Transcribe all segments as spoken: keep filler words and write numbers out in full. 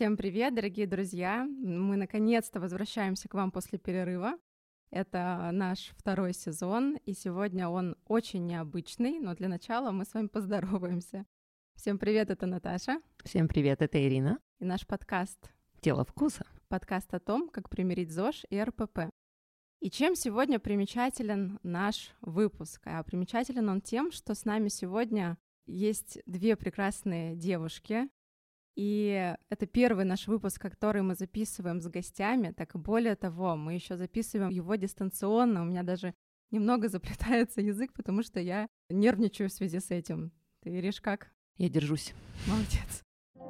Всем привет, дорогие друзья! Мы наконец-то возвращаемся к вам после перерыва. Это наш второй сезон, и сегодня он очень необычный, но для начала мы с вами поздороваемся. Всем привет, это Наташа. Всем привет, это Ирина. И наш подкаст «Тело вкуса». Подкаст о том, как примирить ЗОЖ и эр пэ пэ. И чем сегодня примечателен наш выпуск? А примечателен он тем, что с нами сегодня есть две прекрасные девушки, и это первый наш выпуск, который мы записываем с гостями. Так и более того, мы еще записываем его дистанционно. У меня даже немного заплетается язык, потому что я нервничаю в связи с этим. Ты, Ириш, как? Я держусь. Молодец.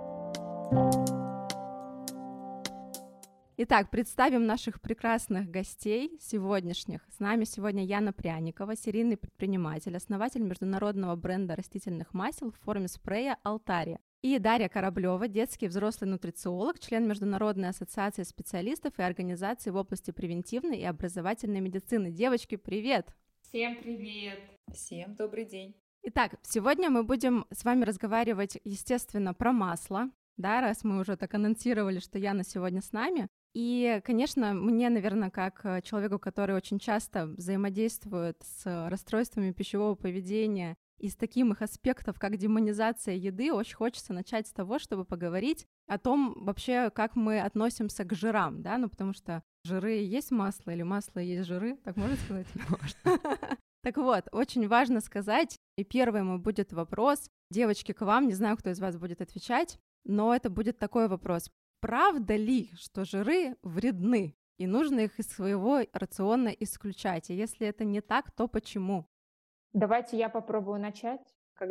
Итак, представим наших прекрасных гостей сегодняшних. С нами сегодня Яна Пряникова, серийный предприниматель, основатель международного бренда растительных масел в форме спрея «Алтария». И Дарья Кораблева, детский и взрослый нутрициолог, член Международной ассоциации специалистов и организаций в области превентивной и образовательной медицины. Девочки, привет! Всем привет! Всем добрый день! Итак, сегодня мы будем с вами разговаривать, естественно, про масло, да, раз мы уже так анонсировали, что Яна сегодня с нами. И, конечно, мне, наверное, как человеку, который очень часто взаимодействует с расстройствами пищевого поведения, из таких их аспектов, как демонизация еды, очень хочется начать с того, чтобы поговорить о том вообще, как мы относимся к жирам, да, ну потому что жиры и есть масло, или масло и есть жиры, так можно сказать? Можно. Так вот, очень важно сказать, и первый мой будет вопрос, девочки, к вам, не знаю, кто из вас будет отвечать, но это будет такой вопрос. Правда ли, что жиры вредны, и нужно их из своего рациона исключать? И если это не так, то почему? Давайте я попробую начать.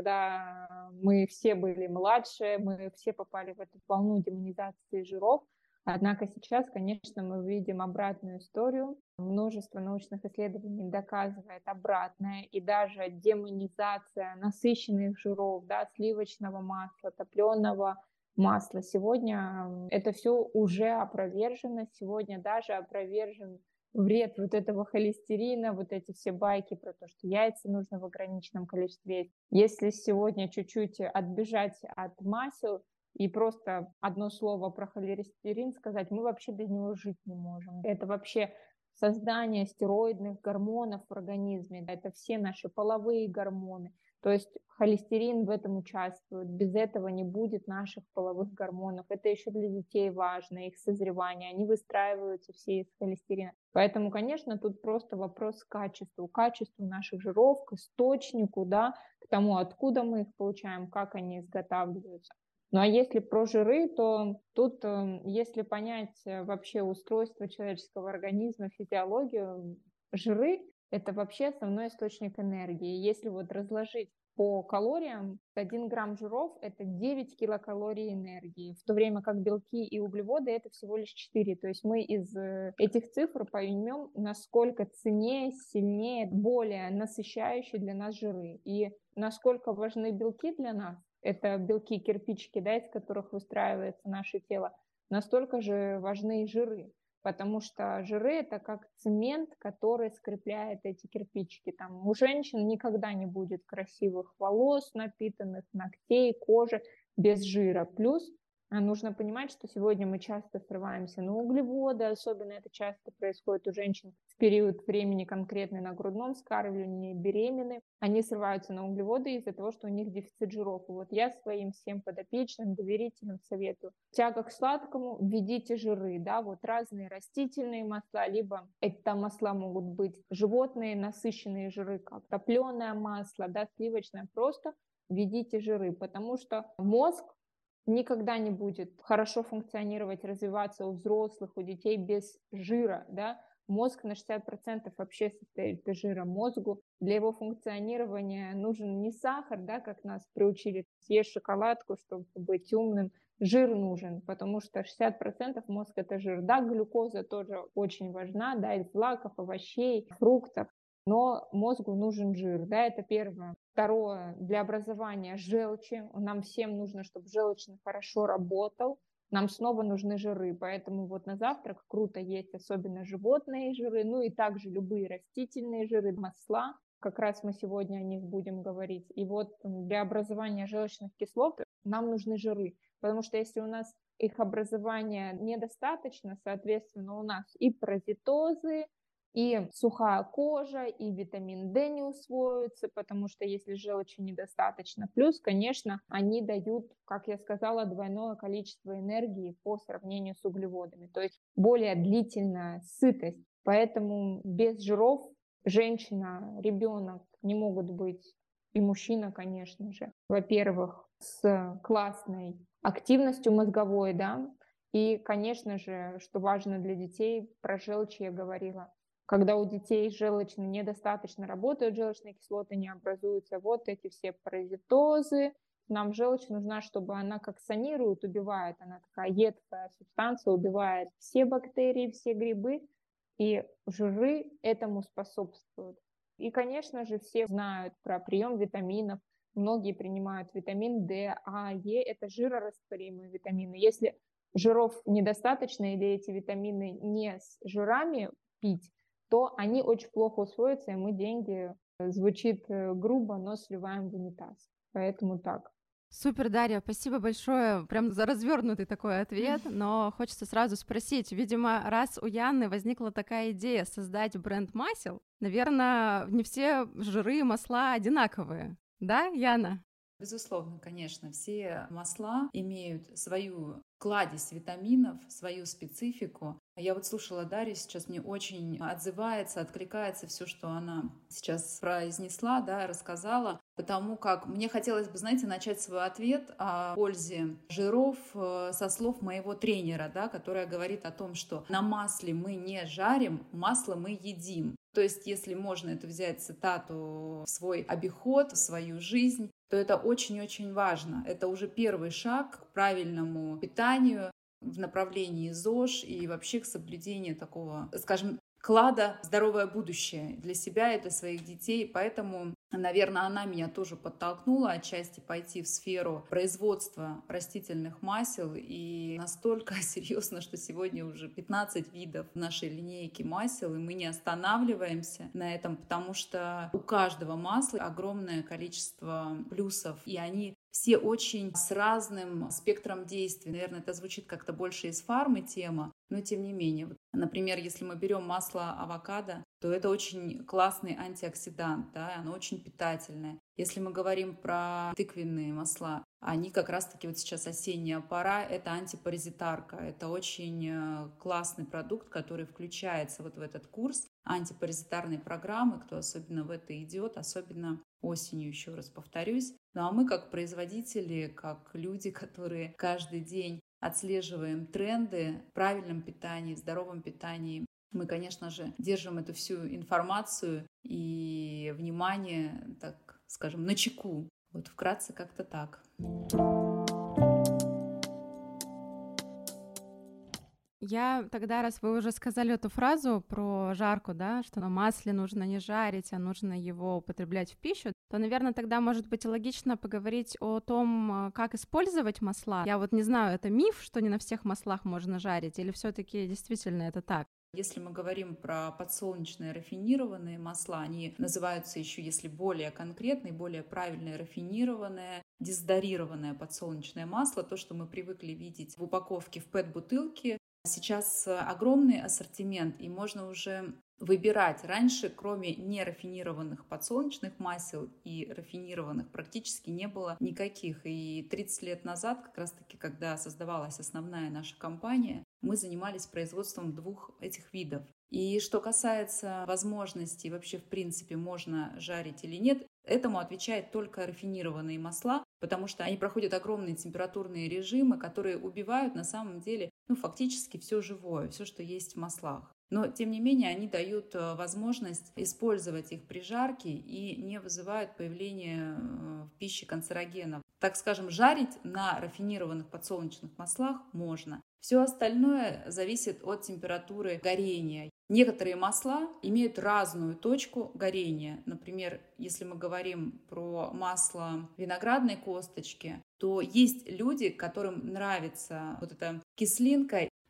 Когда мы все были младше, мы все попали в эту волну демонизации жиров. Однако сейчас, конечно, мы видим обратную историю. Множество научных исследований доказывает обратное. И даже демонизация насыщенных жиров, да, сливочного масла, топленого масла. Сегодня это все уже опровержено. Сегодня даже опровержен вред вот этого холестерина, вот эти все байки про то, что яйца нужно в ограниченном количестве есть. Если сегодня чуть-чуть отбежать от масел и просто одно слово про холестерин сказать, мы вообще без него жить не можем. Это вообще создание стероидных гормонов в организме, это все наши половые гормоны. То есть холестерин в этом участвует. Без этого не будет наших половых гормонов. Это еще для детей важно, их созревание. Они выстраиваются все из холестерина. Поэтому, конечно, тут просто вопрос к качеству. К качеству наших жиров, к источнику, да, к тому, откуда мы их получаем, как они изготавливаются. Ну а если про жиры, то тут, если понять вообще устройство человеческого организма, физиологию, жиры – это вообще основной источник энергии. Если вот разложить по калориям, один грамм жиров – это девять килокалорий энергии, в то время как белки и углеводы – это всего лишь четыре. То есть мы из этих цифр поймем, насколько ценнее, сильнее, более насыщающие для нас жиры. И насколько важны белки для нас, это белки-кирпичики, да, из которых выстраивается наше тело, настолько же важны и жиры. Потому что жиры – это как цемент, который скрепляет эти кирпичики. Там у женщин никогда не будет красивых волос, напитанных ногтей, кожи без жира. Плюс нужно понимать, что сегодня мы часто срываемся на углеводы, особенно это часто происходит у женщин в период времени конкретный на грудном вскармливании, беременны. Они срываются на углеводы из-за того, что у них дефицит жиров. И вот я своим всем подопечным, доверителям советую. Тяга к сладкому, введите жиры, да, вот разные растительные масла, либо это масла могут быть животные, насыщенные жиры, как топленое масло, да, сливочное, просто введите жиры, потому что мозг никогда не будет хорошо функционировать, развиваться у взрослых, у детей без жира, да. Мозг на шестьдесят процентов вообще состоит из жира. Мозгу для его функционирования нужен не сахар, да, как нас приучили, съесть шоколадку, чтобы быть умным. Жир нужен, потому что шестьдесят процентов мозг – это жир. Да, глюкоза тоже очень важна, да, из злаков, овощей, фруктов. Но мозгу нужен жир, да, это первое. Второе, для образования желчи. Нам всем нужно, чтобы желчный хорошо работал. Нам снова нужны жиры, поэтому вот на завтрак круто есть особенно животные жиры, ну и также любые растительные жиры, масла. Как раз мы сегодня о них будем говорить. И вот для образования желчных кислот нам нужны жиры. Потому что если у нас их образования недостаточно, соответственно, у нас и паразитозы, и сухая кожа, и витамин D не усвоится, потому что если желчи недостаточно. Плюс, конечно, они дают, как я сказала, двойное количество энергии по сравнению с углеводами, то есть более длительная сытость. Поэтому без жиров женщина, ребенок не могут быть, и мужчина, конечно же, во-первых, с классной активностью мозговой, да, и, конечно же, что важно для детей, про желчь я говорила. Когда у детей желчно недостаточно работают желчные кислоты, не образуются вот эти все паразитозы. Нам желчь нужна, чтобы она как санирует, убивает. Она такая едкая субстанция, убивает все бактерии, все грибы, и жиры этому способствуют. И, конечно же, все знают про прием витаминов. Многие принимают витамин D, А, Е. Это жирорастворимые витамины. Если жиров недостаточно или эти витамины не с жирами пить, то они очень плохо усвоятся, и мы деньги, звучит грубо, но сливаем в унитаз. Поэтому так. Супер, Дарья, спасибо большое прям за развернутый такой ответ, но хочется сразу спросить, видимо, раз у Яны возникла такая идея создать бренд масел, наверное, не все жиры и масла одинаковые, да, Яна? Безусловно, конечно, все масла имеют свою кладезь витаминов, свою специфику. Я вот слушала Дарью, сейчас мне очень отзывается, откликается все, что она сейчас произнесла, да, рассказала, потому как мне хотелось бы, знаете, начать свой ответ о пользе жиров со слов моего тренера, да, которая говорит о том, что на масле мы не жарим, масло мы едим. То есть, если можно это взять цитату в свой обиход, в свою жизнь, то это очень-очень важно. Это уже первый шаг к правильному питанию в направлении ЗОЖ и вообще к соблюдению такого, скажем, клада «Здоровое будущее» для себя и для своих детей. Поэтому, наверное, она меня тоже подтолкнула отчасти пойти в сферу производства растительных масел. И настолько серьезно, что сегодня уже пятнадцать видов в нашей линейке масел, и мы не останавливаемся на этом, потому что у каждого масла огромное количество плюсов, и они все очень с разным спектром действий. Наверное, это звучит как-то больше из фармы тема, но тем не менее. Например, если мы берем масло авокадо, то это очень классный антиоксидант, да, оно очень питательное. Если мы говорим про тыквенные масла, они как раз-таки вот сейчас осенняя пора, это антипаразитарка. Это очень классный продукт, который включается вот в этот курс антипаразитарной программы, кто особенно в это идет, особенно осенью, еще раз повторюсь. Ну а мы как производители, как люди, которые каждый день отслеживаем тренды в правильном питании, в здоровом питании, мы, конечно же, держим эту всю информацию и внимание, так скажем, начеку. Вот вкратце как-то так. Я тогда, раз вы уже сказали эту фразу про жарку, да, что на масле нужно не жарить, а нужно его употреблять в пищу, то, наверное, тогда может быть логично поговорить о том, как использовать масла. Я вот не знаю, это миф, что не на всех маслах можно жарить, или все-таки действительно это так? Если мы говорим про подсолнечные рафинированные масла, они называются еще, если более конкретные, более правильные, рафинированное, дезодорированное подсолнечное масло, то, что мы привыкли видеть в упаковке в пэт-бутылке. Сейчас огромный ассортимент, и можно уже выбирать. Раньше, кроме нерафинированных подсолнечных масел и рафинированных, практически не было никаких. И тридцать лет назад, как раз-таки, когда создавалась основная наша компания, мы занимались производством двух этих видов. И что касается возможности, вообще, в принципе, можно жарить или нет, этому отвечают только рафинированные масла, потому что они проходят огромные температурные режимы, которые убивают на самом деле, ну, фактически все живое, все, что есть в маслах. Но, тем не менее, они дают возможность использовать их при жарке и не вызывают появления в пище канцерогенов. Так скажем, жарить на рафинированных подсолнечных маслах можно. Все остальное зависит от температуры горения. Некоторые масла имеют разную точку горения. Например, если мы говорим про масло виноградной косточки, то есть люди, которым нравится вот эта кислинка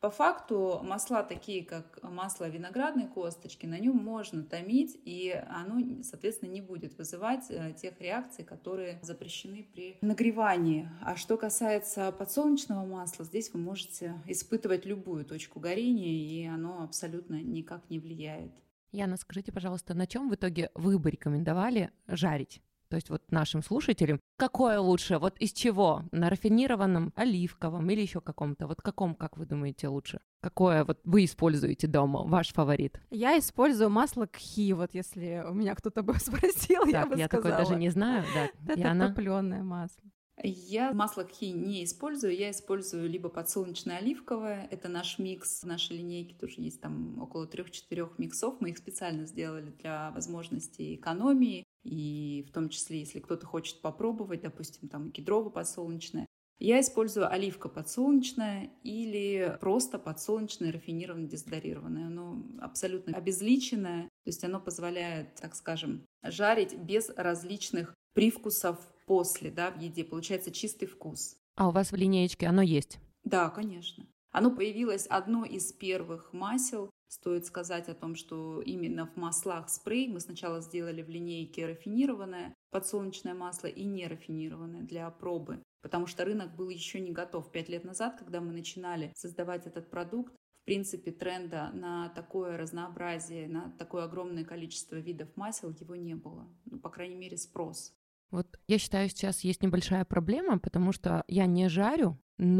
По факту масла такие, как масло виноградной косточки, на нем можно томить, и оно, соответственно, не будет вызывать тех реакций, которые запрещены при нагревании. А что касается подсолнечного масла, здесь вы можете испытывать любую точку горения, и оно абсолютно никак не влияет. Яна, скажите, пожалуйста, на чем в итоге вы бы рекомендовали жарить? То есть вот нашим слушателям, какое лучше, вот из чего? На рафинированном, оливковом или еще каком-то? Вот каком, как вы думаете, лучше? Какое вот вы используете дома, ваш фаворит? Я использую масло кхи, вот если у меня кто-то бы спросил, так, я бы я сказала. такое даже не знаю. Да. Это Яна? топлёное масло. Я масло кхи не использую, я использую либо подсолнечное оливковое, это наш микс, в нашей линейке тоже есть там около трех-четырех миксов, мы их специально сделали для возможности экономии, и в том числе, если кто-то хочет попробовать, допустим, там кедрово-подсолнечное, я использую оливка подсолнечное или просто подсолнечное рафинированное дезодорированное. Оно абсолютно обезличенное, то есть оно позволяет, так скажем, жарить без различных привкусов после, да, в еде. Получается чистый вкус. А у вас в линеечке оно есть? Да, конечно. Оно появилось одно из первых масел. Стоит сказать о том, что именно в маслах спрей мы сначала сделали в линейке рафинированное подсолнечное масло и нерафинированное для пробы, потому что рынок был еще не готов. Пять лет назад, когда мы начинали создавать этот продукт, в принципе, тренда на такое разнообразие, на такое огромное количество видов масел его не было. Ну, по крайней мере, спрос. Вот я считаю, сейчас есть небольшая проблема, потому что я не жарю,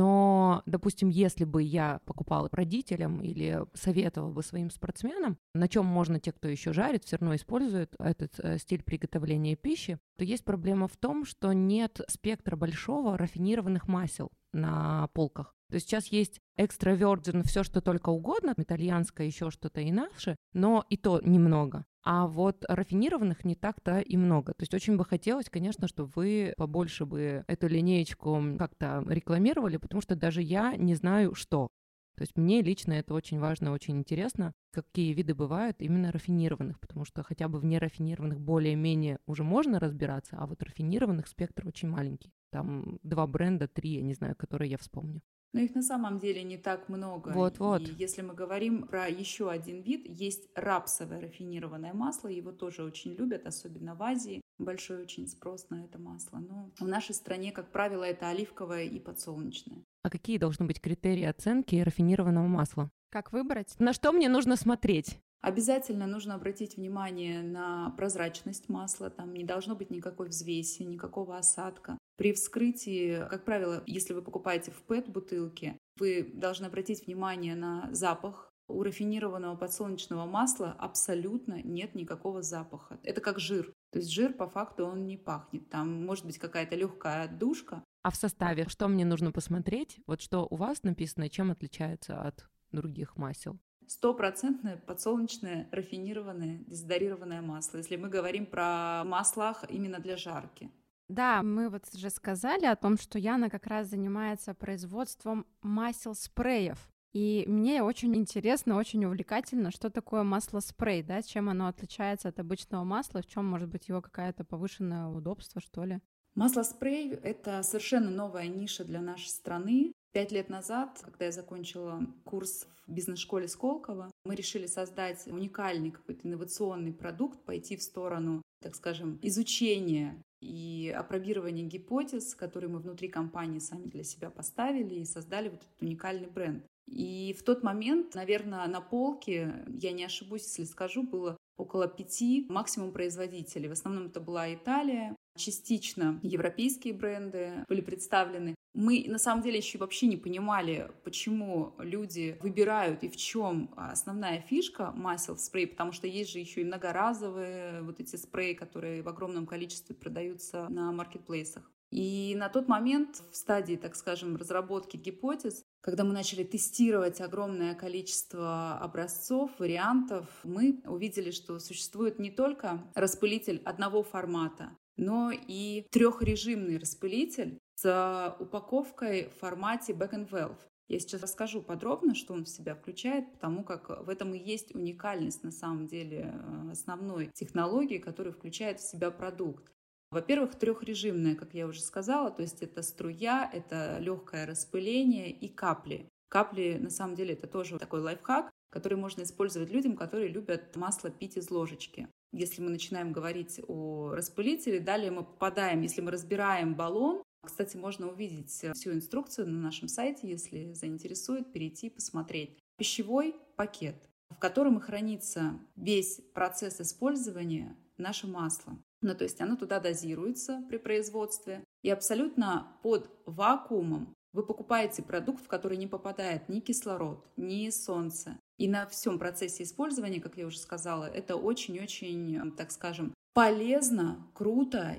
но, допустим, если бы я покупала родителям или советовала бы своим спортсменам, на чем можно те, кто еще жарит, все равно используют этот э, стиль приготовления пищи, то есть проблема в том, что нет спектра большого рафинированных масел на полках. То есть сейчас есть экстра virgin, все что только угодно, итальянское, еще что-то и наше, но и то немного. А вот рафинированных не так-то и много. То есть очень бы хотелось, конечно, чтобы вы побольше бы эту линеечку как-то рекламировали, потому что даже я не знаю, что. То есть мне лично это очень важно, очень интересно, какие виды бывают именно рафинированных, потому что хотя бы в нерафинированных более-менее уже можно разбираться, а вот рафинированных спектр очень маленький. Там два бренда, три, я не знаю, которые я вспомню. Но их на самом деле не так много. Вот-вот. И если мы говорим про еще один вид, есть рапсовое рафинированное масло, его тоже очень любят, особенно в Азии. Большой очень спрос на это масло. Но в нашей стране, как правило, это оливковое и подсолнечное. А какие должны быть критерии оценки рафинированного масла? Как выбрать? На что мне нужно смотреть? Обязательно нужно обратить внимание на прозрачность масла, там не должно быть никакой взвеси, никакого осадка. При вскрытии, как правило, если вы покупаете в пэт-бутылке, вы должны обратить внимание на запах. У рафинированного подсолнечного масла абсолютно нет никакого запаха. Это как жир. То есть жир по факту он не пахнет. Там может быть какая-то легкая отдушка. А в составе что мне нужно посмотреть? Вот что у вас написано, чем отличается от других масел? Стопроцентное подсолнечное рафинированное дезодорированное масло, если мы говорим про маслах именно для жарки. Да, мы вот уже сказали о том, что Яна как раз занимается производством масел-спреев. И мне очень интересно, очень увлекательно, что такое масло-спрей, да, чем оно отличается от обычного масла, в чем может быть его какое-то повышенное удобство, что ли? Масло-спрей — это совершенно новая ниша для нашей страны. Пять лет назад, когда я закончила курс в бизнес-школе Сколково, мы решили создать уникальный какой-то инновационный продукт, пойти в сторону, так скажем, изучения и опробирования гипотез, которые мы внутри компании сами для себя поставили и создали вот этот уникальный бренд. И в тот момент, наверное, на полке, я не ошибусь, если скажу, было около пяти максимум производителей. В основном это была Италия, частично европейские бренды были представлены. Мы на самом деле еще вообще не понимали, почему люди выбирают и в чем основная фишка масел в спрей, потому что есть же еще и многоразовые вот эти спреи, которые в огромном количестве продаются на маркетплейсах. И на тот момент в стадии, так скажем, разработки гипотез, когда мы начали тестировать огромное количество образцов, вариантов, мы увидели, что существует не только распылитель одного формата, но и трехрежимный распылитель с упаковкой в формате back and valve. Я сейчас расскажу подробно, что он в себя включает, потому как в этом и есть уникальность на самом деле основной технологии, которая включает в себя продукт. Во-первых, трехрежимная, как я уже сказала, то есть это струя, это легкое распыление и капли. Капли, на самом деле, это тоже такой лайфхак, который можно использовать людям, которые любят масло пить из ложечки. Если мы начинаем говорить о распылителе, далее мы попадаем, если мы разбираем баллон, кстати, можно увидеть всю инструкцию на нашем сайте, если заинтересует, перейти, посмотреть. Пищевой пакет, в котором и хранится весь процесс использования нашего масла. Ну, то есть оно туда дозируется при производстве. И абсолютно под вакуумом вы покупаете продукт, в который не попадает ни кислород, ни солнце. И на всем процессе использования, как я уже сказала, это очень-очень, так скажем, полезно, круто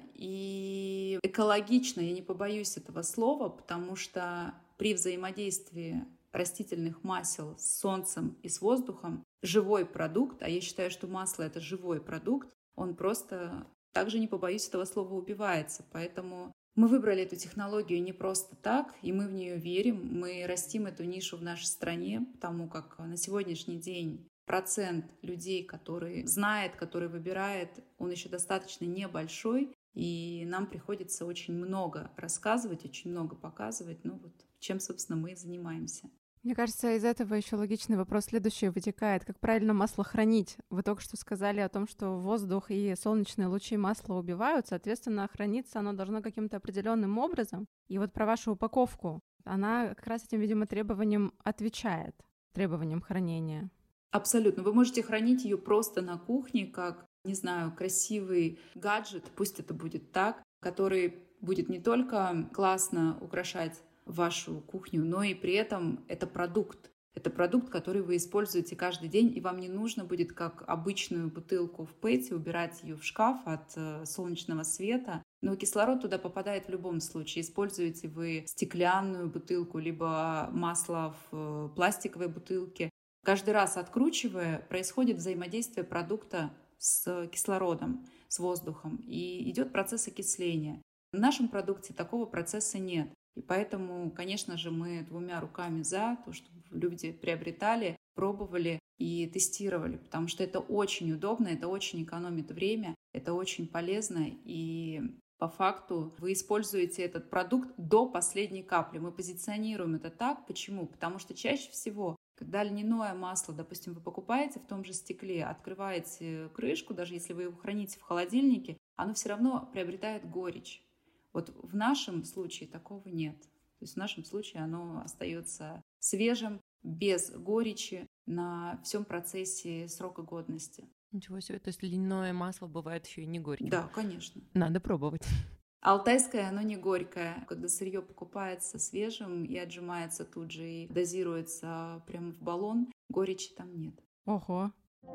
и экологично. Я не побоюсь этого слова, потому что при взаимодействии растительных масел с солнцем и с воздухом живой продукт, а я считаю, что масло — это живой продукт, он просто, также не побоюсь этого слова, убивается. Поэтому мы выбрали эту технологию не просто так, и мы в нее верим. Мы растим эту нишу в нашей стране, потому как на сегодняшний день процент людей, который знает, который выбирает, он еще достаточно небольшой, и нам приходится очень много рассказывать, очень много показывать. Ну вот чем, собственно, мы и занимаемся. Мне кажется, из этого еще логичный вопрос следующий вытекает. Как правильно масло хранить? Вы только что сказали о том, что воздух и солнечные лучи масла убивают, соответственно, храниться оно должно каким-то определенным образом. И вот про вашу упаковку, она как раз этим, видимо, требованиям отвечает, требованиям хранения. Абсолютно. Вы можете хранить ее просто на кухне, как, не знаю, красивый гаджет, пусть это будет так, который будет не только классно украшать вашу кухню, но и при этом это продукт. Это продукт, который вы используете каждый день, и вам не нужно будет, как обычную бутылку в пэте, убирать ее в шкаф от э, солнечного света. Но кислород туда попадает в любом случае. Используете вы стеклянную бутылку, либо масло в э, пластиковой бутылке. Каждый раз откручивая, происходит взаимодействие продукта с кислородом, с воздухом, и идет процесс окисления. В нашем продукте такого процесса нет. И поэтому, конечно же, мы двумя руками за то, чтобы люди приобретали, пробовали и тестировали, потому что это очень удобно, это очень экономит время, это очень полезно, и по факту вы используете этот продукт до последней капли. Мы позиционируем это так. Почему? Потому что чаще всего, когда льняное масло, допустим, вы покупаете в том же стекле, открываете крышку, даже если вы его храните в холодильнике, оно все равно приобретает горечь. Вот в нашем случае такого нет. То есть в нашем случае оно остается свежим, без горечи на всем процессе срока годности. Ничего себе, то есть льняное масло бывает еще и не горьким. Да, конечно. Надо пробовать. Алтайское, оно не горькое. Когда сырье покупается свежим и отжимается тут же и дозируется прямо в баллон, горечи там нет. Ого.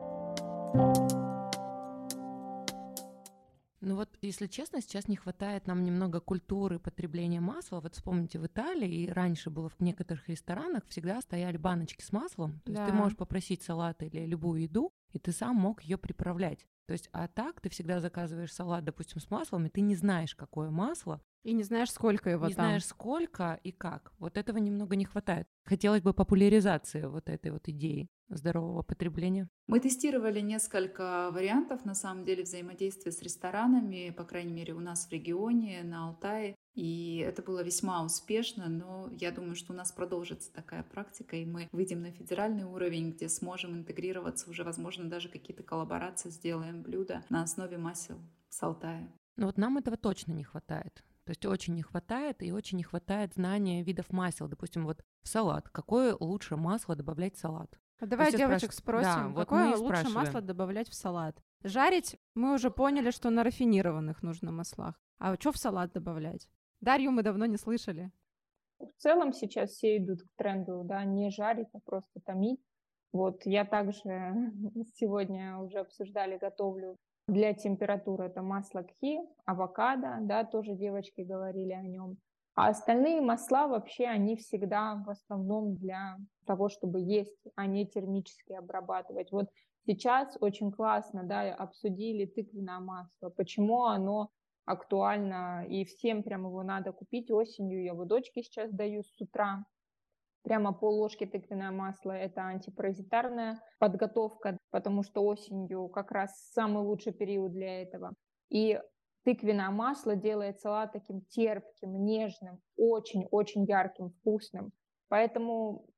Ну вот, если честно, сейчас не хватает нам немного культуры потребления масла. Вот вспомните, в Италии и раньше было в некоторых ресторанах всегда стояли баночки с маслом. То Да. есть ты можешь попросить салат или любую еду, и ты сам мог ее приправлять. То есть, а так ты всегда заказываешь салат, допустим, с маслом, и ты не знаешь, какое масло, И не знаешь, сколько его не там. знаешь, сколько и как. Вот этого немного не хватает. Хотелось бы популяризации вот этой вот идеи здорового потребления. Мы тестировали несколько вариантов, на самом деле, взаимодействия с ресторанами, по крайней мере, у нас в регионе, на Алтае. И это было весьма успешно, но я думаю, что у нас продолжится такая практика, и мы выйдем на федеральный уровень, где сможем интегрироваться, уже, возможно, даже какие-то коллаборации сделаем, блюда на основе масел с Алтая. Но вот нам этого точно не хватает. То есть очень не хватает, и очень не хватает знания видов масел. Допустим, вот в салат. Какое лучше масло добавлять в салат? А давай все девочек спрашивают. спросим, Да, вот какое мы и лучше спрашиваем. масло добавлять в салат? Жарить мы уже поняли, что на рафинированных нужно маслах. А что в салат добавлять? Дарью мы давно не слышали. В целом сейчас все идут к тренду, да, не жарить, а просто томить. Вот я также сегодня уже обсуждали, готовлю для температуры это масло кхи, авокадо, да, тоже девочки говорили о нем. А остальные масла вообще, они всегда в основном для того, чтобы есть, а не термически обрабатывать. Вот сейчас очень классно, да, обсудили тыквенное масло, почему оно актуально, и всем прям его надо купить осенью. Я вот дочке сейчас даю с утра. Прямо пол-ложки тыквенное масло – это антипаразитарная подготовка, потому что осенью как раз самый лучший период для этого. И тыквенное масло делает салат таким терпким, нежным, очень-очень ярким, вкусным. Поэтому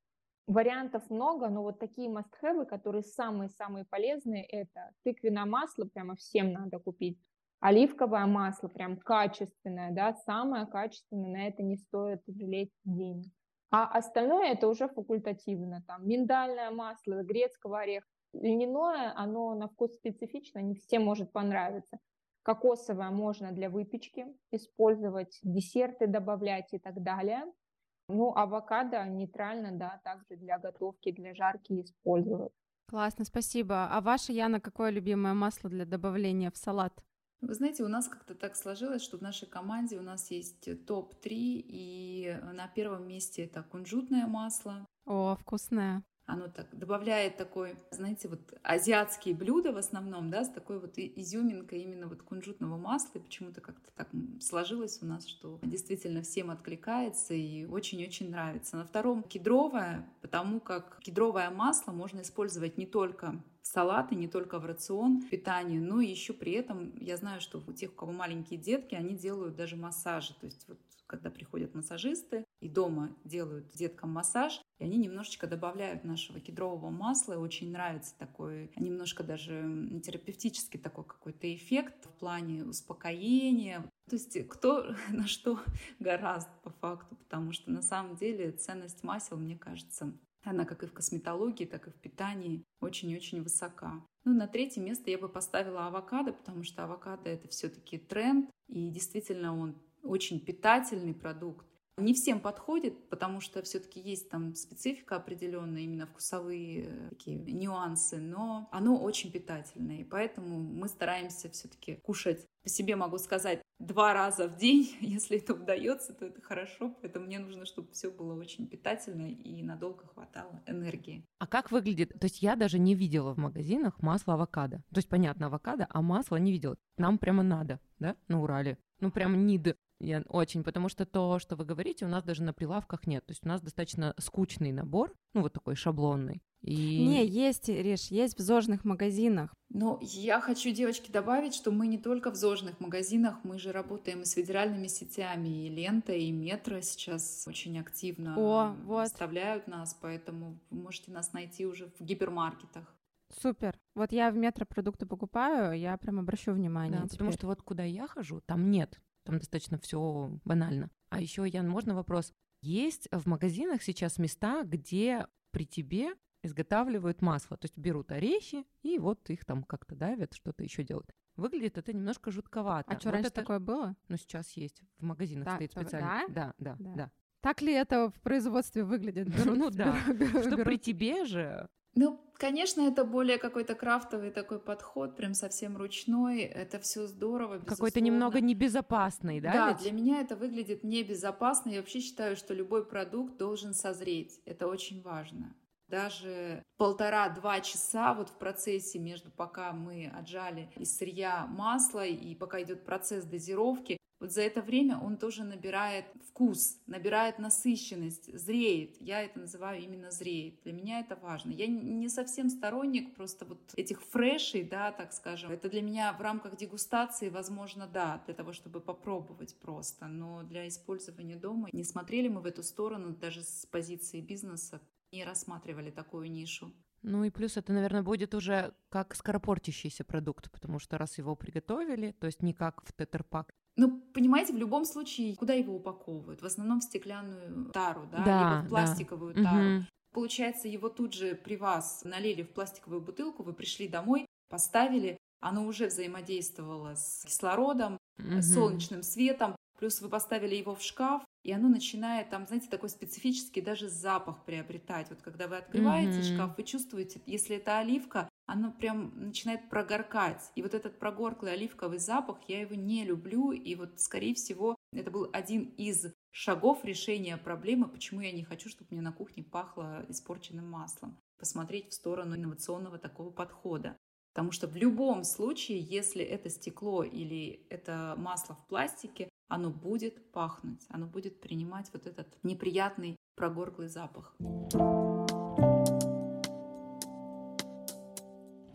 Вариантов много, но вот такие must-have, которые самые-самые полезные, это тыквенное масло, прямо всем надо купить. Оливковое масло, прям качественное, да, самое качественное, на это не стоит жалеть денег. А остальное это уже факультативно, там миндальное масло, грецкого ореха. Льняное, оно на вкус специфично, не всем может понравиться. Кокосовое можно для выпечки использовать, десерты добавлять и так далее. Ну, авокадо нейтрально, да, также для готовки, для жарки использовать. Классно, спасибо. А ваша, Яна, какое любимое масло для добавления в салат? Вы знаете, у нас как-то так сложилось, что в нашей команде у нас есть топ три, и на первом месте это кунжутное масло. О, вкусное. Оно так добавляет такой, знаете, вот азиатские блюда в основном, да, с такой вот изюминкой именно вот кунжутного масла. И почему-то как-то так сложилось у нас, что действительно всем откликается и очень-очень нравится. На втором кедровое, потому как кедровое масло можно использовать не только в салаты, не только в рацион питания, но еще при этом я знаю, что у тех, у кого маленькие детки, они делают даже массажи. То есть вот когда приходят массажисты и дома делают деткам массаж, и они немножечко добавляют нашего кедрового масла, и очень нравится такой, немножко даже терапевтический такой какой-то эффект в плане успокоения. То есть кто на что гораст по факту, потому что на самом деле ценность масел, мне кажется, она как и в косметологии, так и в питании очень-очень высока. Ну, на третье место я бы поставила авокадо, потому что авокадо — это все-таки тренд, и действительно он очень питательный продукт. Не всем подходит, потому что все-таки есть там специфика определенная, именно вкусовые такие нюансы, но оно очень питательное, и поэтому мы стараемся все-таки кушать. По себе могу сказать, два раза в день, если это удается, то это хорошо, поэтому мне нужно, чтобы все было очень питательно и надолго хватало энергии. А как выглядит? То есть я даже не видела в магазинах масло авокадо. То есть понятно, авокадо, а масло не видела. Нам прямо надо, да, на Урале. Ну прям need. Я очень, потому что то, что вы говорите, у нас даже на прилавках нет. То есть у нас достаточно скучный набор, ну вот такой шаблонный. И... Не, есть, Риш, есть в зожных магазинах. Но я хочу, девочки, добавить, что мы не только в зожных магазинах, мы же работаем и с федеральными сетями, и Лента, и Метро сейчас очень активно О, вот. выставляют нас, поэтому вы можете нас найти уже в гипермаркетах. Супер. Вот я в Метро продукты покупаю, я прям обращу внимание. Да, потому что вот куда я хожу, там нет. Там достаточно все банально. А еще, Ян, можно вопрос? Есть в магазинах сейчас места, где при тебе изготавливают масло, то есть берут орехи и вот их там как-то давят, что-то еще делают. Выглядит это немножко жутковато. А что, вот раньше это... такое было? Ну, сейчас есть. В магазинах Да, стоит так, специально. да? Да, да, Да. да. Так ли это в производстве выглядит? Берут, Ну да. берут, берут, Что берут. при тебе же... Ну, конечно, это более какой-то крафтовый такой подход, прям совсем ручной. Это все здорово, безусловно. Какой-то немного небезопасный, да? Да, ведь? для меня это выглядит небезопасно. Я вообще считаю, что любой продукт должен созреть. Это очень важно. Даже полтора-два часа вот в процессе между пока мы отжали из сырья масло и пока идет процесс дозировки, вот за это время он тоже набирает вкус, набирает насыщенность, зреет. Я это называю именно зреет. Для меня это важно. Я не совсем сторонник просто вот этих фрешей, да, так скажем. Это для меня в рамках дегустации, возможно, да, для того, чтобы попробовать просто. Но для использования дома не смотрели мы в эту сторону даже с позиции бизнеса, не рассматривали такую нишу. Ну и плюс это, наверное, будет уже как скоропортящийся продукт, потому что раз его приготовили, то есть не как в тетрапак. Ну, понимаете, в любом случае, куда его упаковывают? В основном в стеклянную тару, да, Да, либо в пластиковую да. тару. Угу. Получается, его тут же при вас налили в пластиковую бутылку, вы пришли домой, поставили, оно уже взаимодействовало с кислородом, Угу. с солнечным светом, плюс вы поставили его в шкаф, и оно начинает там, знаете, такой специфический даже запах приобретать. Вот когда вы открываете Мгм. шкаф, вы чувствуете, если это оливка, оно прям начинает прогоркать. И вот этот прогорклый оливковый запах, я его не люблю. И вот, скорее всего, это был один из шагов решения проблемы, почему я не хочу, чтобы мне на кухне пахло испорченным маслом. Посмотреть в сторону инновационного такого подхода. Потому что в любом случае, если это стекло или это масло в пластике, оно будет пахнуть, оно будет принимать вот этот неприятный прогорклый запах.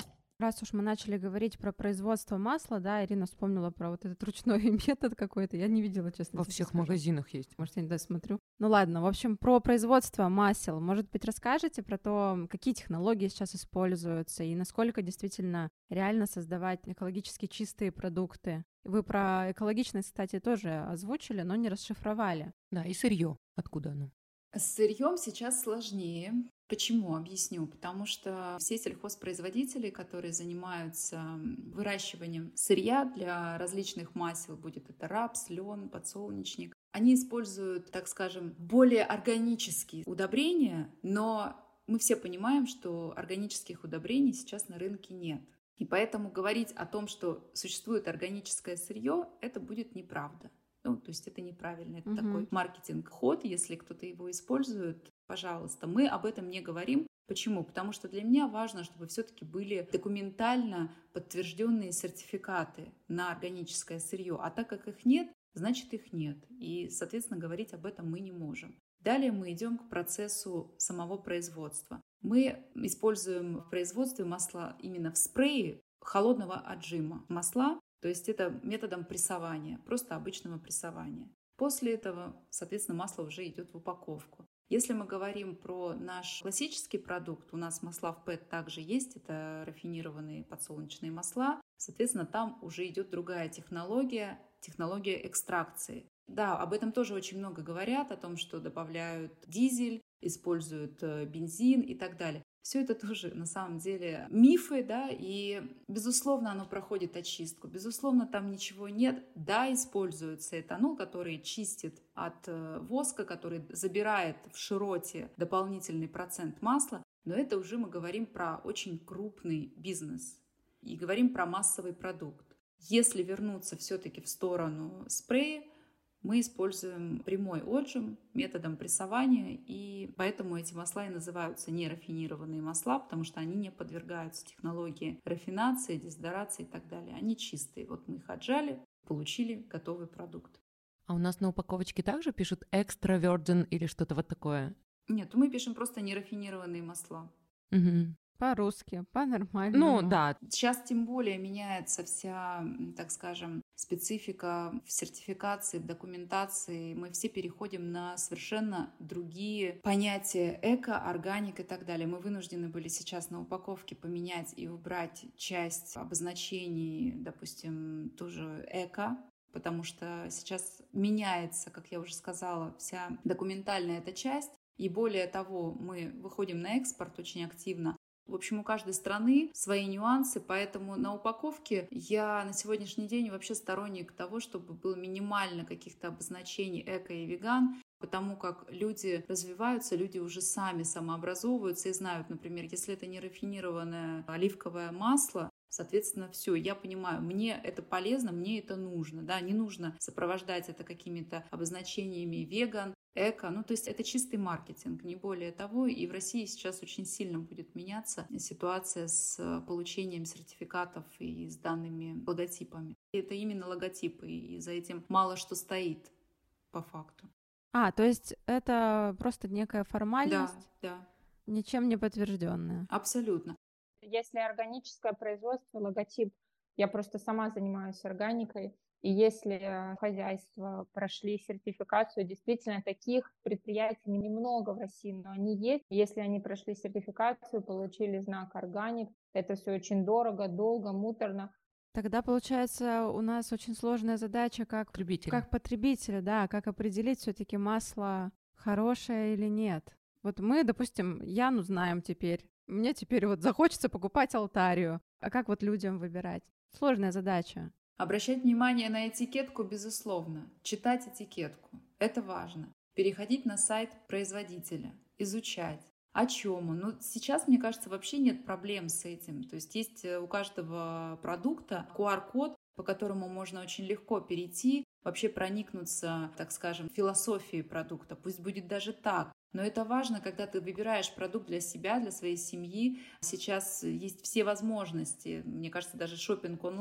Раз уж мы начали говорить про производство масла, да, Ирина вспомнила про вот этот ручной метод какой-то. Я не видела, честно. Во всех скажу. Магазинах есть. Может, я не досмотрю. Ну ладно, в общем, про производство масел. Может быть, расскажете про то, какие технологии сейчас используются и насколько действительно реально создавать экологически чистые продукты? Вы про экологичность, кстати, тоже озвучили, но не расшифровали. Да, и сырье. Откуда оно? С сырьем сейчас сложнее. Почему? Объясню. Потому что все сельхозпроизводители, которые занимаются выращиванием сырья для различных масел, будет это рапс, лен, подсолнечник, они используют, так скажем, более органические удобрения, но мы все понимаем, что органических удобрений сейчас на рынке нет. И поэтому говорить о том, что существует органическое сырье, это будет неправда. Ну, то есть это неправильно, это угу. такой маркетинг-ход, если кто-то его использует, пожалуйста. Мы об этом не говорим. Почему? Потому что для меня важно, чтобы все-таки были документально подтвержденные сертификаты на органическое сырье. А так как их нет, значит их нет. И, соответственно, говорить об этом мы не можем. Далее мы идем к процессу самого производства. Мы используем в производстве масла именно в спрее холодного отжима масла. То есть это методом прессования, просто обычного прессования. После этого, соответственно, масло уже идет в упаковку. Если мы говорим про наш классический продукт, у нас масла в пэт также есть, это рафинированные подсолнечные масла. Соответственно, там уже идет другая технология, технология экстракции. Да, об этом тоже очень много говорят, о том, что добавляют дизель, используют бензин и так далее. Все это тоже на самом деле мифы, да, и, безусловно, оно проходит очистку. Безусловно, там ничего нет. Да, используется этанол, который чистит от воска, который забирает в широте дополнительный процент масла, но это уже мы говорим про очень крупный бизнес и говорим про массовый продукт. Если вернуться все-таки в сторону спрея, мы используем прямой отжим методом прессования, и поэтому эти масла и называются нерафинированные масла, потому что они не подвергаются технологии рафинации, дезодорации и так далее. Они чистые. Вот мы их отжали, получили готовый продукт. А у нас на упаковочке также пишут extra virgin или что-то вот такое? Нет, мы пишем просто нерафинированные масла. Угу. По-русски, по-нормальному. Ну, да. Сейчас тем более меняется вся, так скажем, специфика в сертификации, в документации. Мы все переходим на совершенно другие понятия эко, органик и так далее. Мы вынуждены были сейчас на упаковке поменять и убрать часть обозначений, допустим, тоже эко, потому что сейчас меняется, как я уже сказала, вся документальная эта часть. И более того, мы выходим на экспорт очень активно. В общем, у каждой страны свои нюансы, поэтому на упаковке я на сегодняшний день вообще сторонник того, чтобы было минимально каких-то обозначений эко и веган, потому как люди развиваются, люди уже сами самообразовываются и знают, например, если это не рафинированное оливковое масло, соответственно, все, я понимаю, мне это полезно, мне это нужно, да, не нужно сопровождать это какими-то обозначениями веган, эко, ну то есть это чистый маркетинг, не более того, и в России сейчас очень сильно будет меняться ситуация с получением сертификатов и с данными логотипами. Это именно логотипы, и за этим мало что стоит по факту. А, то есть это просто некая формальность? Да, да. Ничем не подтвержденная? Абсолютно. Если органическое производство, логотип, я просто сама занимаюсь органикой, и если хозяйства прошли сертификацию, действительно таких предприятий немного в России, но они есть. Если они прошли сертификацию, получили знак органик, это все очень дорого, долго, муторно. Тогда, получается, у нас очень сложная задача как потребителя, как потребителя, да, как определить все-таки масло хорошее или нет. Вот мы, допустим, Яну знаем теперь. Мне теперь вот захочется покупать Алтарию. А как вот людям выбирать? Сложная задача. Обращать внимание на этикетку, безусловно. Читать этикетку. Это важно. Переходить на сайт производителя. Изучать. О чем он? Ну, сейчас, мне кажется, вообще нет проблем с этим. То есть есть у каждого продукта ку ар-код, по которому можно очень легко перейти, вообще проникнуться, так скажем, философией продукта. Пусть будет даже так. Но это важно, когда ты выбираешь продукт для себя, для своей семьи. Сейчас есть все возможности. Мне кажется, даже шопинг онлайн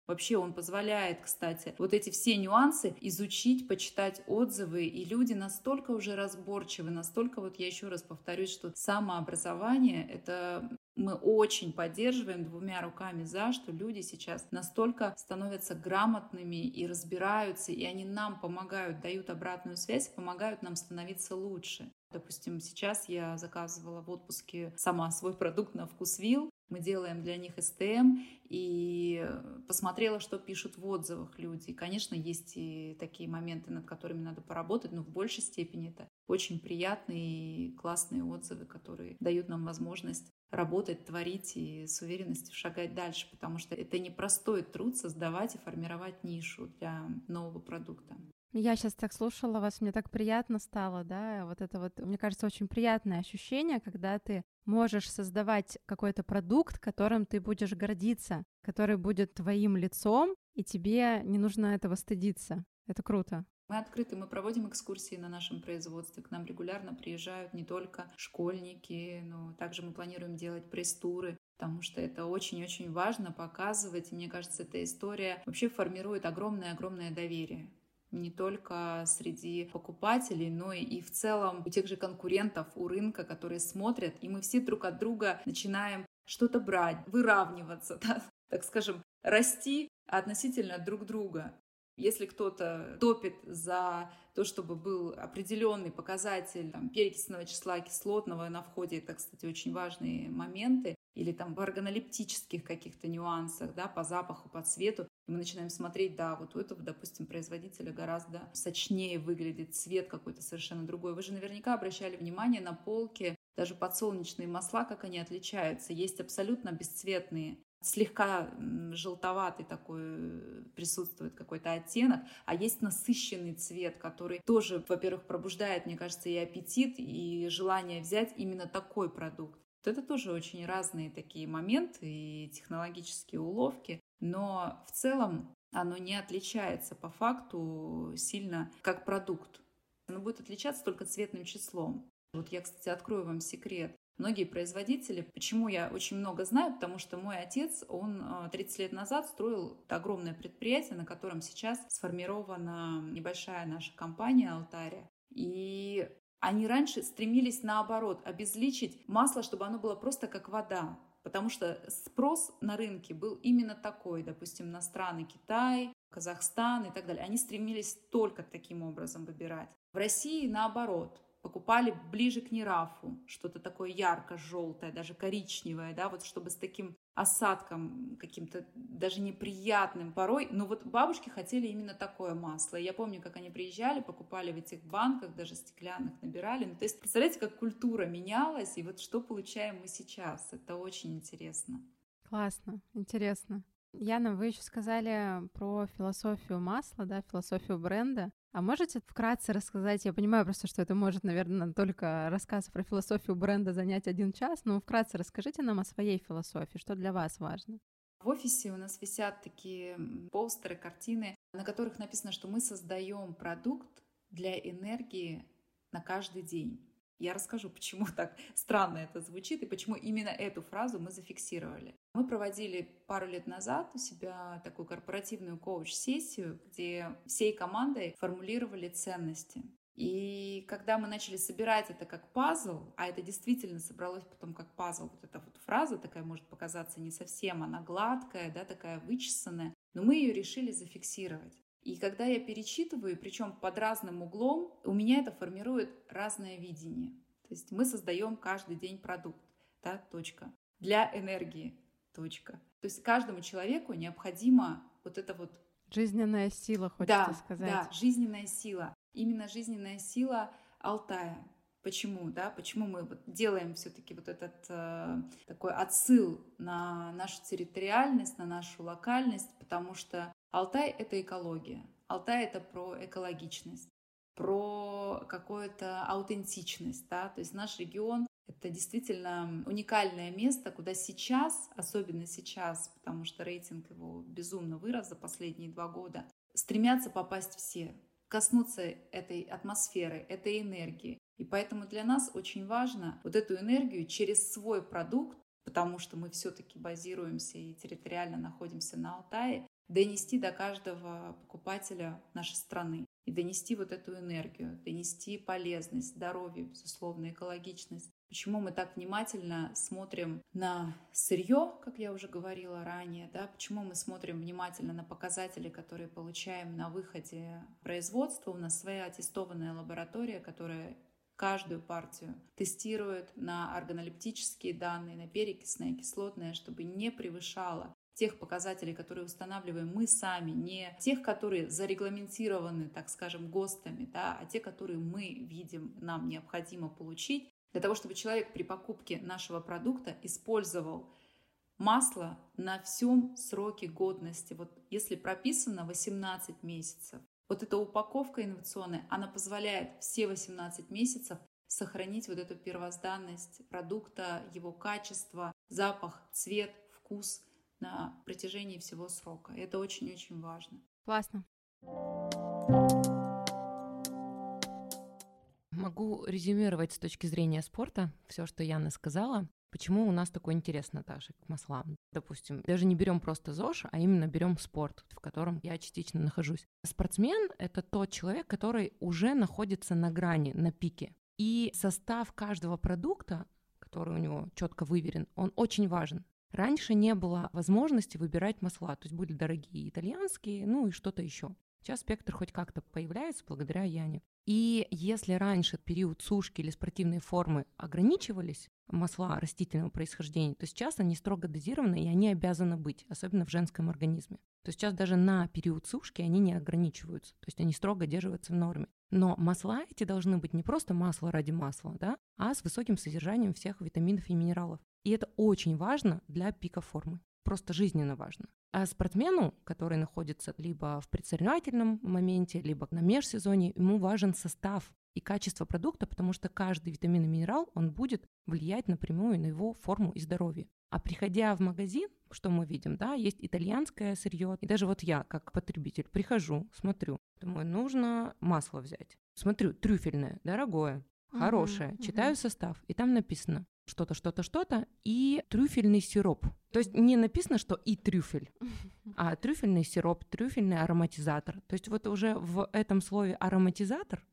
Вообще он позволяет, кстати, вот эти все нюансы изучить, почитать отзывы, и люди настолько уже разборчивы, настолько, вот я еще раз повторюсь, что самообразование — это мы очень поддерживаем двумя руками за, что люди сейчас настолько становятся грамотными и разбираются, и они нам помогают, дают обратную связь, помогают нам становиться лучше. Допустим, сейчас я заказывала в отпуске сама свой продукт на Вкусвилл. Мы делаем для них эс тэ эм, и посмотрела, что пишут в отзывах люди. И, конечно, есть и такие моменты, над которыми надо поработать, но в большей степени это очень приятные и классные отзывы, которые дают нам возможность работать, творить и с уверенностью шагать дальше, потому что это непростой труд создавать и формировать нишу для нового продукта. Я сейчас так слушала вас, мне так приятно стало, да, вот это вот, мне кажется, очень приятное ощущение, когда ты можешь создавать какой-то продукт, которым ты будешь гордиться, который будет твоим лицом, и тебе не нужно этого стыдиться. Это круто. Мы открыты, мы проводим экскурсии на нашем производстве. К нам регулярно приезжают не только школьники, но также мы планируем делать пресс-туры, потому что это очень-очень важно показывать. И мне кажется, эта история вообще формирует огромное-огромное доверие. Не только среди покупателей, но и в целом у тех же конкурентов, у рынка, которые смотрят, и мы все друг от друга начинаем что-то брать, выравниваться, да, так скажем, расти относительно друг друга. Если кто-то топит за то, чтобы был определенный показатель там, перекисного числа кислотного на входе, это, кстати, очень важные моменты, или там в органолептических каких-то нюансах, да, по запаху, по цвету, и мы начинаем смотреть, да, вот у этого, допустим, производителя гораздо сочнее выглядит цвет какой-то совершенно другой. Вы же наверняка обращали внимание на полке, даже подсолнечные масла, как они отличаются. Есть абсолютно бесцветные, слегка желтоватый такой присутствует какой-то оттенок, а есть насыщенный цвет, который тоже, во-первых, пробуждает, мне кажется, и аппетит, и желание взять именно такой продукт. Это тоже очень разные такие моменты и технологические уловки, но в целом оно не отличается по факту сильно как продукт. Оно будет отличаться только цветным числом. Вот я, кстати, открою вам секрет. Многие производители, почему я очень много знаю, потому что мой отец, он тридцать лет назад строил огромное предприятие, на котором сейчас сформирована небольшая наша компания «Алтария». И они раньше стремились наоборот обезличить масло, чтобы оно было просто как вода. Потому что спрос на рынке был именно такой, допустим, на страны Китай, Казахстан и так далее. Они стремились только таким образом выбирать. В России наоборот. Покупали ближе к нерафу, что-то такое ярко-желтое, даже коричневое, да, вот чтобы с таким осадком каким-то даже неприятным порой. Но вот бабушки хотели именно такое масло. И я помню, как они приезжали, покупали в этих банках, даже стеклянных набирали. Ну, то есть, представляете, как культура менялась, и вот что получаем мы сейчас. Это очень интересно. Классно, интересно. Яна, вы еще сказали про философию масла, да, философию бренда. А можете вкратце рассказать, я понимаю просто, что это может, наверное, только рассказ про философию бренда занять один час, но вкратце расскажите нам о своей философии, что для вас важно. В офисе у нас висят такие постеры, картины, на которых написано, что мы создаем продукт для энергии на каждый день. Я расскажу, почему так странно это звучит и почему именно эту фразу мы зафиксировали. Мы проводили пару лет назад у себя такую корпоративную коуч-сессию, где всей командой формулировали ценности. И когда мы начали собирать это как пазл, а это действительно собралось потом как пазл, вот эта вот фраза такая может показаться не совсем, она гладкая, да, такая вычесанная, но мы ее решили зафиксировать. И когда я перечитываю, причем под разным углом, у меня это формирует разное видение. То есть мы создаем каждый день продукт, да, точка. Для энергии, точка. То есть каждому человеку необходима вот эта вот... Жизненная сила, хочется да, сказать. Да, жизненная сила. Именно жизненная сила Алтая. Почему, да? Почему мы вот делаем все-таки вот этот э, такой отсыл на нашу территориальность, на нашу локальность? Потому что Алтай — это экология. Алтай — это про экологичность, про какую-то аутентичность, да? То есть наш регион — это действительно уникальное место, куда сейчас, особенно сейчас, потому что рейтинг его безумно вырос за последние два года, стремятся попасть все, коснуться этой атмосферы, этой энергии. И поэтому для нас очень важно вот эту энергию через свой продукт, потому что мы все-таки базируемся и территориально находимся на Алтае, донести до каждого покупателя нашей страны и донести вот эту энергию, донести полезность, здоровье, безусловно, экологичность. Почему мы так внимательно смотрим на сырье, как я уже говорила ранее, да? Почему мы смотрим внимательно на показатели, которые получаем на выходе производства. У нас своя аттестованная лаборатория, которая каждую партию тестирует на органолептические данные, на перекисное, кислотное, чтобы не превышало тех показателей, которые устанавливаем мы сами, не тех, которые зарегламентированы, так скажем, ГОСТами, да, а те, которые мы видим, нам необходимо получить, для того, чтобы человек при покупке нашего продукта использовал масло на всем сроке годности. Вот если прописано восемнадцать месяцев, вот эта упаковка инновационная, она позволяет все восемнадцать месяцев сохранить вот эту первозданность продукта, его качество, запах, цвет, вкус на протяжении всего срока. Это очень-очень важно. Классно. Могу резюмировать с точки зрения спорта все, что Яна сказала. Почему у нас такой интерес, Наташа, к маслам? Допустим, даже не берем просто ЗОЖ, а именно берем спорт, в котором я частично нахожусь. Спортсмен — это тот человек, который уже находится на грани, на пике. И состав каждого продукта, который у него четко выверен, он очень важен. Раньше не было возможности выбирать масла, то есть были дорогие итальянские, ну и что-то еще. Сейчас спектр хоть как-то появляется благодаря Яне. И если раньше период сушки или спортивной формы ограничивались масла растительного происхождения, то сейчас они строго дозированы, и они обязаны быть, особенно в женском организме. То есть сейчас даже на период сушки они не ограничиваются, то есть они строго держатся в норме. Но масла эти должны быть не просто масло ради масла, да, а с высоким содержанием всех витаминов и минералов. И это очень важно для пика формы, просто жизненно важно. А спортсмену, который находится либо в предсоревновательном моменте, либо на межсезонье, ему важен состав и качество продукта, потому что каждый витамин и минерал, он будет влиять напрямую на его форму и здоровье. А приходя в магазин, что мы видим, да, есть итальянское сырье. И даже вот я, как потребитель, прихожу, смотрю, думаю, нужно масло взять. Смотрю, трюфельное, дорогое, хорошее, uh-huh, читаю uh-huh. состав, и там написано что-то, что-то, что-то, и трюфельный сироп. То есть не написано, что и трюфель, а трюфельный сироп, трюфельный ароматизатор. То есть вот уже в этом слове ароматизатор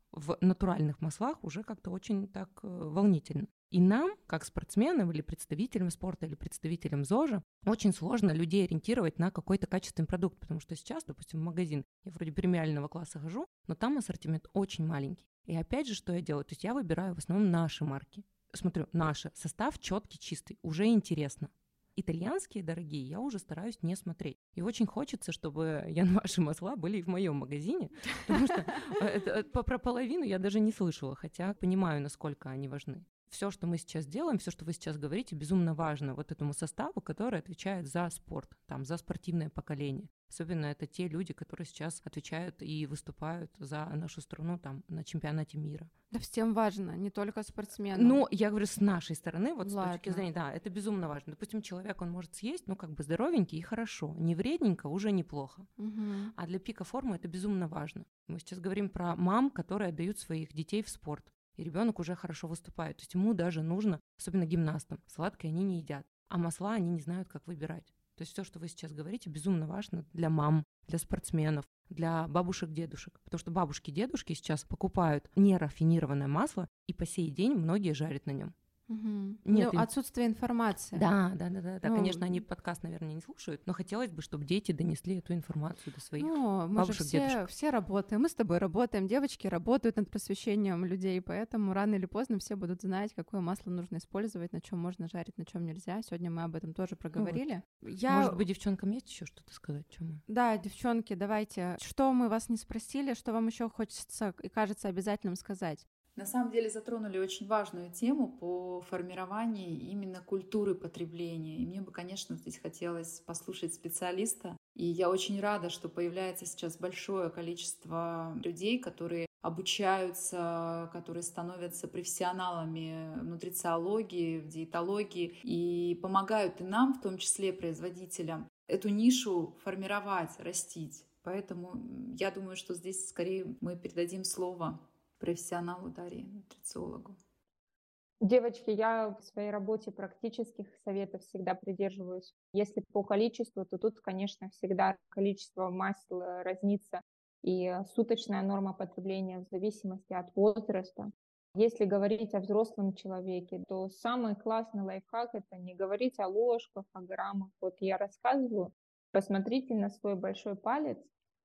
в натуральных маслах уже как-то очень так э, волнительно. И нам, как спортсменам или представителям спорта, или представителям ЗОЖа, очень сложно людей ориентировать на какой-то качественный продукт, потому что сейчас, допустим, в магазин, я вроде премиального класса хожу, но там ассортимент очень маленький. И опять же, что я делаю? То есть я выбираю в основном наши марки. Смотрю, наши, состав четкий, чистый, уже интересно. Итальянские дорогие я уже стараюсь не смотреть. И очень хочется, чтобы ваши масла были и в моем магазине, потому что про половину я даже не слышала, хотя понимаю, насколько они важны. Все, что мы сейчас делаем, все, что вы сейчас говорите, безумно важно вот этому составу, который отвечает за спорт, там, за спортивное поколение. Особенно это те люди, которые сейчас отвечают и выступают за нашу страну там на чемпионате мира. Да всем важно, не только спортсменам. Ну, я говорю, с нашей стороны, вот Ладно. с точки зрения, да, это безумно важно. Допустим, человек, он может съесть, ну, как бы здоровенький и хорошо, не вредненько, уже неплохо. Угу. А для пика формы это безумно важно. Мы сейчас говорим про мам, которые отдают своих детей в спорт. И ребенок уже хорошо выступает. То есть ему даже нужно, особенно гимнастам, сладкое они не едят, а масла они не знают, как выбирать. То есть все, что вы сейчас говорите, безумно важно для мам, для спортсменов, для бабушек, дедушек. Потому что бабушки, дедушки сейчас покупают нерафинированное масло, и по сей день многие жарят на нем. Угу. Нет, ну, отсутствие информации. Да, да, да, да, да. Ну, Конечно, они подкаст, наверное, не слушают, но хотелось бы, чтобы дети донесли эту информацию до своих ну, мы бабушек, же все, дедушек. все работаем, мы с тобой работаем, девочки работают над просвещением людей, поэтому рано или поздно все будут знать, какое масло нужно использовать, на чем можно жарить, на чем нельзя. Сегодня мы об этом тоже проговорили. Вот. Я... Может быть, девчонкам есть еще что-то сказать, чем мы? Да, девчонки, давайте. Что мы вас не спросили, что вам еще хочется и кажется обязательным сказать? На самом деле затронули очень важную тему по формированию именно культуры потребления. И мне бы, конечно, здесь хотелось послушать специалиста. И я очень рада, что появляется сейчас большое количество людей, которые обучаются, которые становятся профессионалами в нутрициологии, в диетологии и помогают и нам, в том числе производителям, эту нишу формировать, растить. Поэтому я думаю, что здесь скорее мы передадим слово профессионалу Дарье, нутрициологу. Девочки, я в своей работе практических советов всегда придерживаюсь. Если по количеству, то тут, конечно, всегда количество масел э, разнится, и э, суточная норма потребления в зависимости от возраста. Если говорить о взрослом человеке, то самый классный лайфхак — это не говорить о ложках, о граммах. Вот я рассказываю, посмотрите на свой большой палец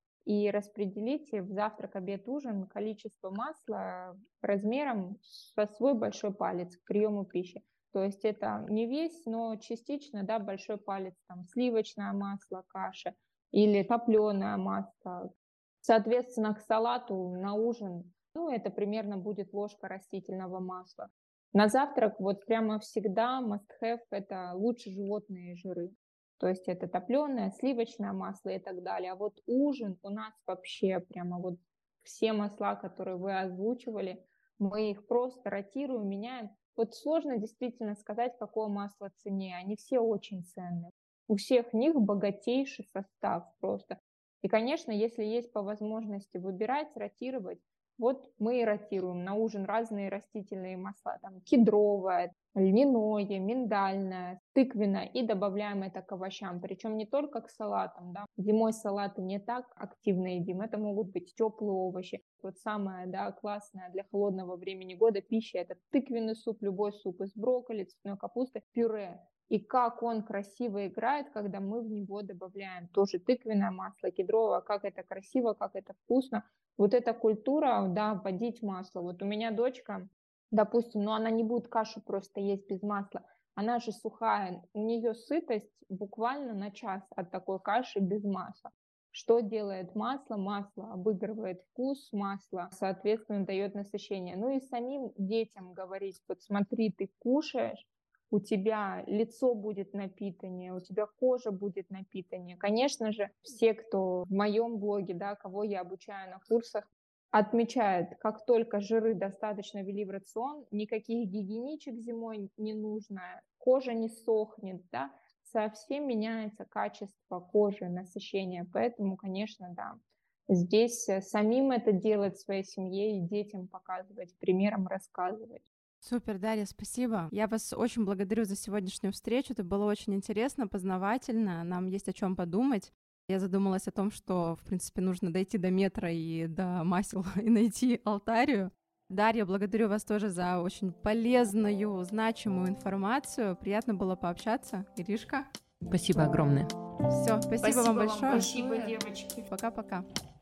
и распределите в завтрак, обед, ужин количество масла размером со свой большой палец к приему пищи. То есть это не весь, но частично, да, большой палец, там, сливочное масло, каша или топленое масло. Соответственно, к салату на ужин, ну, это примерно будет ложка растительного масла. На завтрак вот прямо всегда must have — это лучше животные жиры. То есть это топленое, сливочное масло и так далее. А вот ужин у нас вообще прямо вот все масла, которые вы озвучивали, мы их просто ротируем, меняем. Вот сложно действительно сказать, какое масло ценнее. Они все очень ценные. У всех них богатейший состав просто. И, конечно, если есть по возможности выбирать, ротировать, вот мы и ротируем на ужин разные растительные масла, там кедровое, льняное, миндальное, тыквенное, и добавляем это к овощам. Причем не только к салатам, да. Зимой салаты не так активно едим, это могут быть теплые овощи. Вот самое, да, классное для холодного времени года пища — это тыквенный суп, любой суп из брокколи, цветной капусты, пюре. И как он красиво играет, когда мы в него добавляем тоже тыквенное масло, кедровое, как это красиво, как это вкусно. Вот эта культура, да, вводить масло. Вот у меня дочка, допустим, ну она не будет кашу просто есть без масла, она же сухая, у нее сытость буквально на час от такой каши без масла. Что делает масло? Масло обыгрывает вкус, масло, соответственно, дает насыщение. Ну и самим детям говорить, вот смотри, ты кушаешь, у тебя лицо будет напитаннее, у тебя кожа будет напитаннее. Конечно же, все, кто в моем блоге, да, кого я обучаю на курсах, отмечают, как только жиры достаточно ввели в рацион, никаких гигиеничек зимой не нужно, кожа не сохнет, да, совсем меняется качество кожи, насыщение. Поэтому, конечно, да, здесь самим это делать в своей семье и детям показывать, примером рассказывать. Супер, Дарья, спасибо. Я вас очень благодарю за сегодняшнюю встречу. Это было очень интересно, познавательно. Нам есть о чем подумать. Я задумалась о том, что, в принципе, нужно дойти до метра и до масел и найти алтарию. Дарья, благодарю вас тоже за очень полезную, значимую информацию. Приятно было пообщаться. Иришка. Спасибо огромное. Все, спасибо, спасибо вам большое. Спасибо, девочки. Пока-пока.